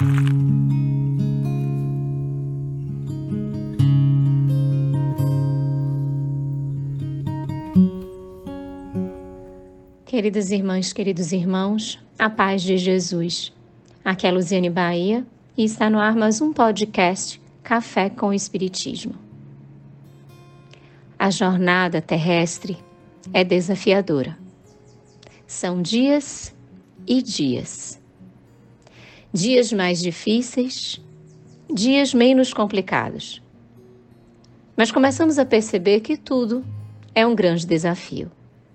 Queridas irmãs, queridos irmãos, a paz de Jesus. Aqui é Luziane Bahia e está no ar mais um podcast Café com o Espiritismo. A jornada terrestre é desafiadora. São dias e dias. Dias mais difíceis, dias menos complicados. Mas começamos a perceber que tudo é um grande desafio.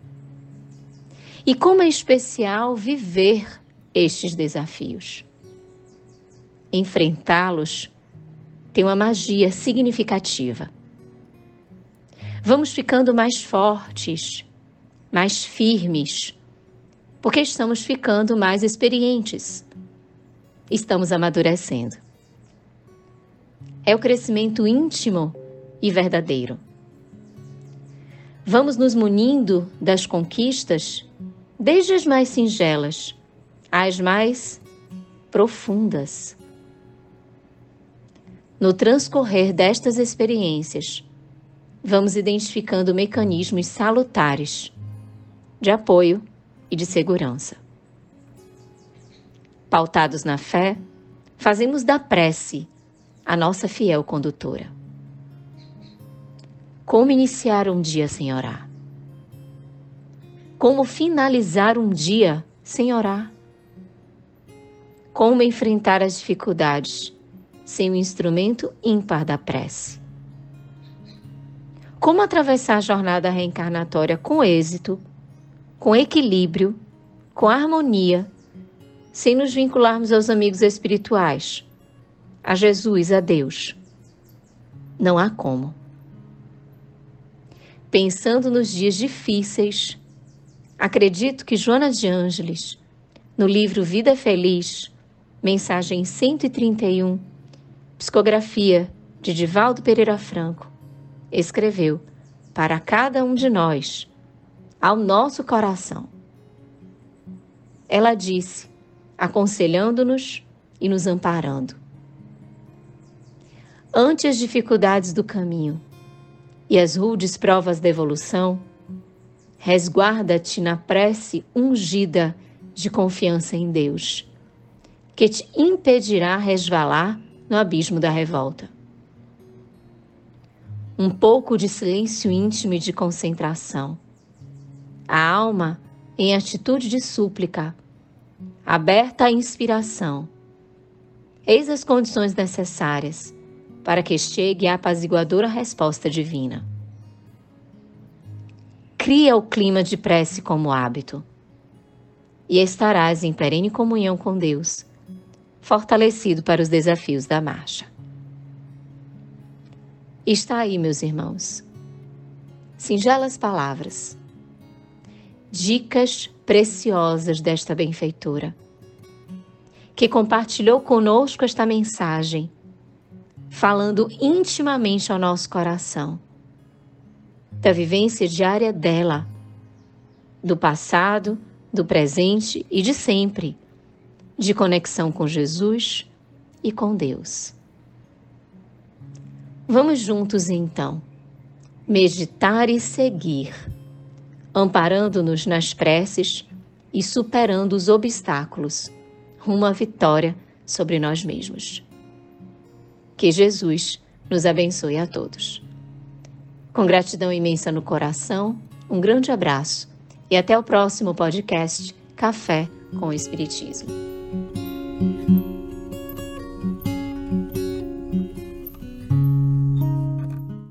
E como é especial viver estes desafios. Enfrentá-los tem uma magia significativa. Vamos ficando mais fortes, mais firmes, porque estamos ficando mais experientes. Estamos amadurecendo. É o crescimento íntimo e verdadeiro. Vamos nos munindo das conquistas, desde as mais singelas às mais profundas. No transcorrer destas experiências, vamos identificando mecanismos salutares de apoio e de segurança. Pautados na fé, fazemos da prece a nossa fiel condutora. Como iniciar um dia sem orar? Como finalizar um dia sem orar? Como enfrentar as dificuldades sem o instrumento ímpar da prece? Como atravessar a jornada reencarnatória com êxito, com equilíbrio, com harmonia, sem nos vincularmos aos amigos espirituais, a Jesus, a Deus? Não há como. Pensando nos dias difíceis, acredito que Joana de Ângeles, no livro Vida Feliz, mensagem 131, psicografia de Divaldo Pereira Franco, escreveu para cada um de nós, ao nosso coração. Ela disse, aconselhando-nos e nos amparando: ante as dificuldades do caminho e as rudes provas da evolução, resguarda-te na prece ungida de confiança em Deus, que te impedirá resvalar no abismo da revolta. Um pouco de silêncio íntimo e de concentração. A alma em atitude de súplica, aberta à inspiração. Eis as condições necessárias para que chegue a apaziguadora resposta divina. Cria o clima de prece como hábito e estarás em perene comunhão com Deus, fortalecido para os desafios da marcha. Está aí, meus irmãos, singelas palavras, dicas preciosas desta benfeitora, que compartilhou conosco esta mensagem, falando intimamente ao nosso coração, da vivência diária dela, do passado, do presente e de sempre, de conexão com Jesus e com Deus. Vamos juntos, então, meditar e seguir, amparando-nos nas preces e superando os obstáculos, rumo à vitória sobre nós mesmos. Que Jesus nos abençoe a todos. Com gratidão imensa no coração, um grande abraço e até o próximo podcast Café com o Espiritismo.